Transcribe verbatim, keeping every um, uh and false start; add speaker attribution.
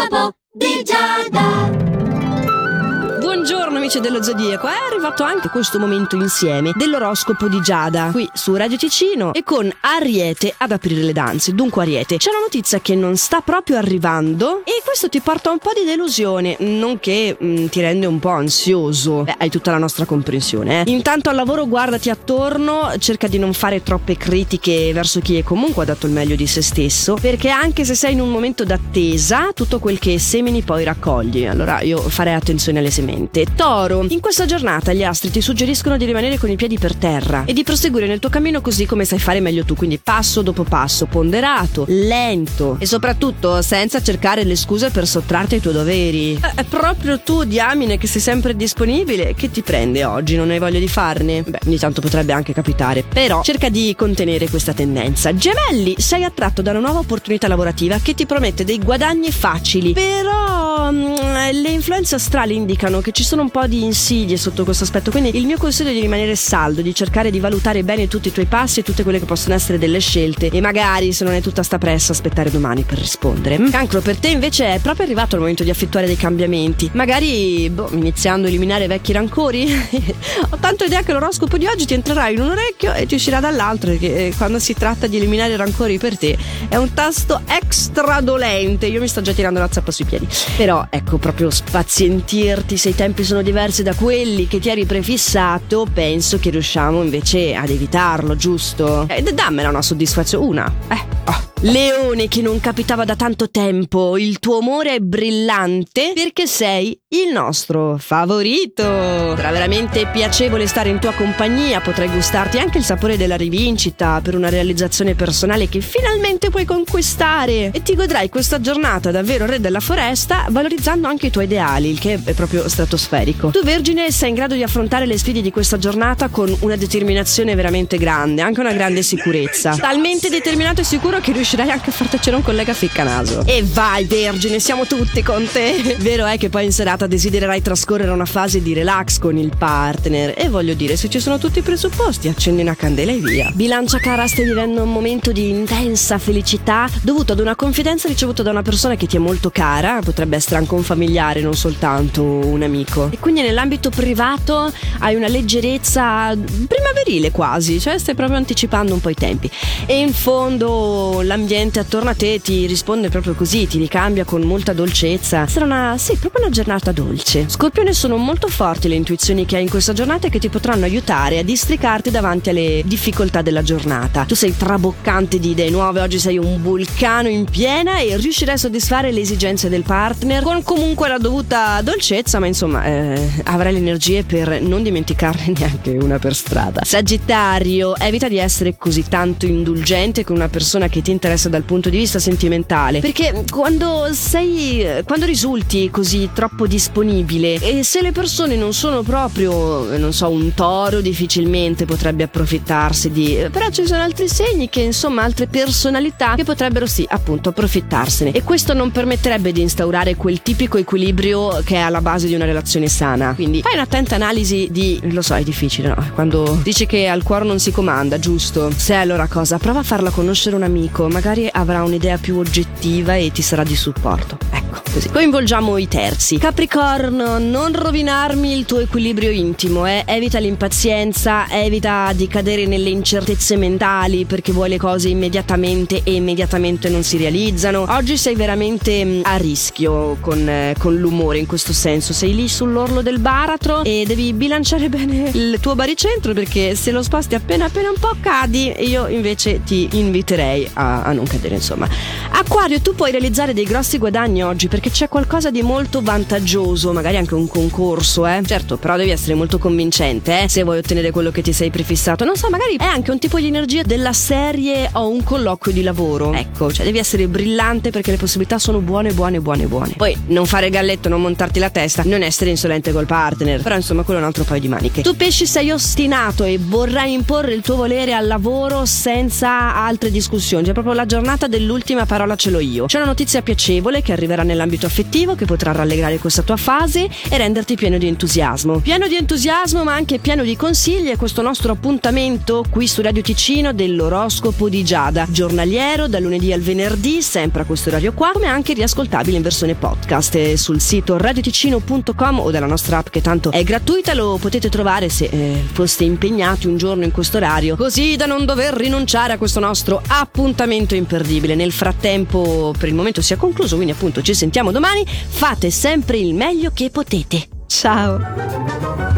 Speaker 1: L'oroscopo di Giada.
Speaker 2: Buongiorno amici dello Zodiaco, è arrivato anche questo momento insieme dell'oroscopo di Giada qui su Radio Ticino e con Ariete ad aprire le danze. Dunque Ariete, c'è una notizia che non sta proprio arrivando e questo ti porta un po' di delusione, nonché mh, ti rende un po' ansioso. Beh, hai tutta la nostra comprensione, eh. Intanto al lavoro guardati attorno, cerca di non fare troppe critiche verso chi è comunque ha dato il meglio di se stesso, perché anche se sei in un momento d'attesa, tutto quel che semini poi raccogli. Allora io farei attenzione alle sementi. Toro, in questa giornata gli astri ti suggeriscono di rimanere con i piedi per terra e di proseguire nel tuo cammino così come sai fare meglio tu, quindi passo dopo passo, ponderato, lento e soprattutto senza cercare le scuse per sottrarti ai tuoi doveri. Eh, è proprio tu, diamine, che sei sempre disponibile, che ti prende oggi? Non hai voglia di farne? Beh, ogni tanto potrebbe anche capitare, però cerca di contenere questa tendenza. Gemelli, sei attratto da una nuova opportunità lavorativa che ti promette dei guadagni facili, però mh, le influenze astrali indicano che ci sono un po' di insidie sotto questo aspetto, quindi il mio consiglio è di rimanere saldo, di cercare di valutare bene tutti i tuoi passi e tutte quelle che possono essere delle scelte e magari, se non è tutta sta pressa, aspettare domani per rispondere. Cancro, per te invece è proprio arrivato il momento di effettuare dei cambiamenti, magari boh, iniziando a eliminare vecchi rancori. Ho tanto idea che l'oroscopo di oggi ti entrerà in un orecchio e ti uscirà dall'altro, perché quando si tratta di eliminare rancori per te è un tasto extra dolente. Io mi sto già tirando la zappa sui piedi, però ecco, proprio spazientirti se i tempi sono diversi da quelli che ti eri prefissato, penso che riusciamo invece ad evitarlo, giusto? Eh, dammela una soddisfazione, una. Eh, oh. Leone, che non capitava da tanto tempo, il tuo umore è brillante perché sei il nostro favorito. Sarà veramente piacevole stare in tua compagnia, potrai gustarti anche il sapore della rivincita per una realizzazione personale che finalmente puoi conquistare e ti godrai questa giornata davvero re della foresta, valorizzando anche i tuoi ideali, il che è proprio stratosferico. Tu Vergine sei in grado di affrontare le sfide di questa giornata con una determinazione veramente grande, anche una grande sicurezza, talmente determinato e sicuro che riuscirai anche a far tacere un collega ficcanaso. E vai Vergine, siamo tutti con te. Vero è che poi in serata desidererai trascorrere una fase di relax con il partner e voglio dire, se ci sono tutti i presupposti, accendi una candela e via. Bilancia cara, stai vivendo un momento di intensa felicità dovuto ad una confidenza ricevuta da una persona che ti è molto cara, potrebbe essere anche un familiare, non soltanto un amico, e quindi nell'ambito privato hai una leggerezza primaverile quasi, cioè stai proprio anticipando un po' i tempi e in fondo l'ambiente attorno a te ti risponde proprio così, ti ricambia con molta dolcezza. Sarà una, sì, proprio una giornata dolce. Scorpione, sono molto forti le intuizioni che hai in questa giornata e che ti potranno aiutare a districarti davanti alle difficoltà della giornata. Tu sei traboccante di idee nuove, oggi sei un vulcano in piena e riuscirai a soddisfare le esigenze del partner con comunque la dovuta dolcezza, ma insomma eh, avrai le energie per non dimenticarne neanche una per strada. Sagittario, evita di essere così tanto indulgente con una persona che ti interessa dal punto di vista sentimentale, perché quando sei quando risulti così troppo disponibile e se le persone non sono proprio, non so, un toro, difficilmente potrebbe approfittarsi di, però ci sono altri segni che insomma altre personalità che potrebbero sì appunto approfittarsene e questo non permetterebbe di instaurare quel tipico equilibrio che è alla base di una relazione sana. Quindi fai un'attenta analisi di, lo so, è difficile, no? Quando dici che al cuore non si comanda, giusto? Se allora cosa? Prova a farla conoscere un amico, magari avrà un'idea più oggettiva e ti sarà di supporto. Ecco, così. Coinvolgiamo i terzi. Capricorno, non rovinarmi il tuo equilibrio intimo, eh? Evita l'impazienza, evita di cadere nelle incertezze mentali perché vuoi le cose immediatamente e immediatamente non si realizzano. Oggi sei veramente a rischio con, eh, con l'umore, in questo senso sei lì sull'orlo del baratro e devi bilanciare bene il tuo baricentro, perché se lo sposti appena appena un po' cadi, e io invece ti inviterei a, a non cadere, insomma. Acquario, tu puoi realizzare dei grossi guadagni oggi perché c'è qualcosa di molto vantaggioso, magari anche un concorso, eh certo, però devi essere molto convincente, eh se vuoi ottenere quello che ti sei prefissato. Non so, magari è anche un tipo di energia della serie ho un colloquio di lavoro, ecco, cioè devi essere brillante perché le possibilità sono buone buone buone buone. Poi non fare galletto, non montarti la testa, non essere insolente col partner, però insomma quello è un altro paio di maniche. Tu pesci sei ostinato e vorrai imporre il tuo volere al lavoro senza altre discussioni, cioè proprio la giornata dell'ultima parola ce l'ho io. C'è una notizia piacevole che arriverà nell'ambito affettivo, che potrà rallegrare questa tua fase e renderti pieno di entusiasmo. Pieno di entusiasmo ma anche pieno di consigli è questo nostro appuntamento qui su Radio Ticino dell'oroscopo di Giada, giornaliero dal lunedì al venerdì, sempre a questo orario qua, come anche riascoltabile in versione podcast e sul sito radioticino punto com o dalla nostra app che tanto è gratuita. Lo potete trovare se eh, foste impegnati un giorno in questo orario, così da non dover rinunciare a questo nostro appuntamento imperdibile. Nel frattempo per il momento si è concluso, quindi appunto ci sentiamo domani. Fate sempre il meglio che potete. Ciao.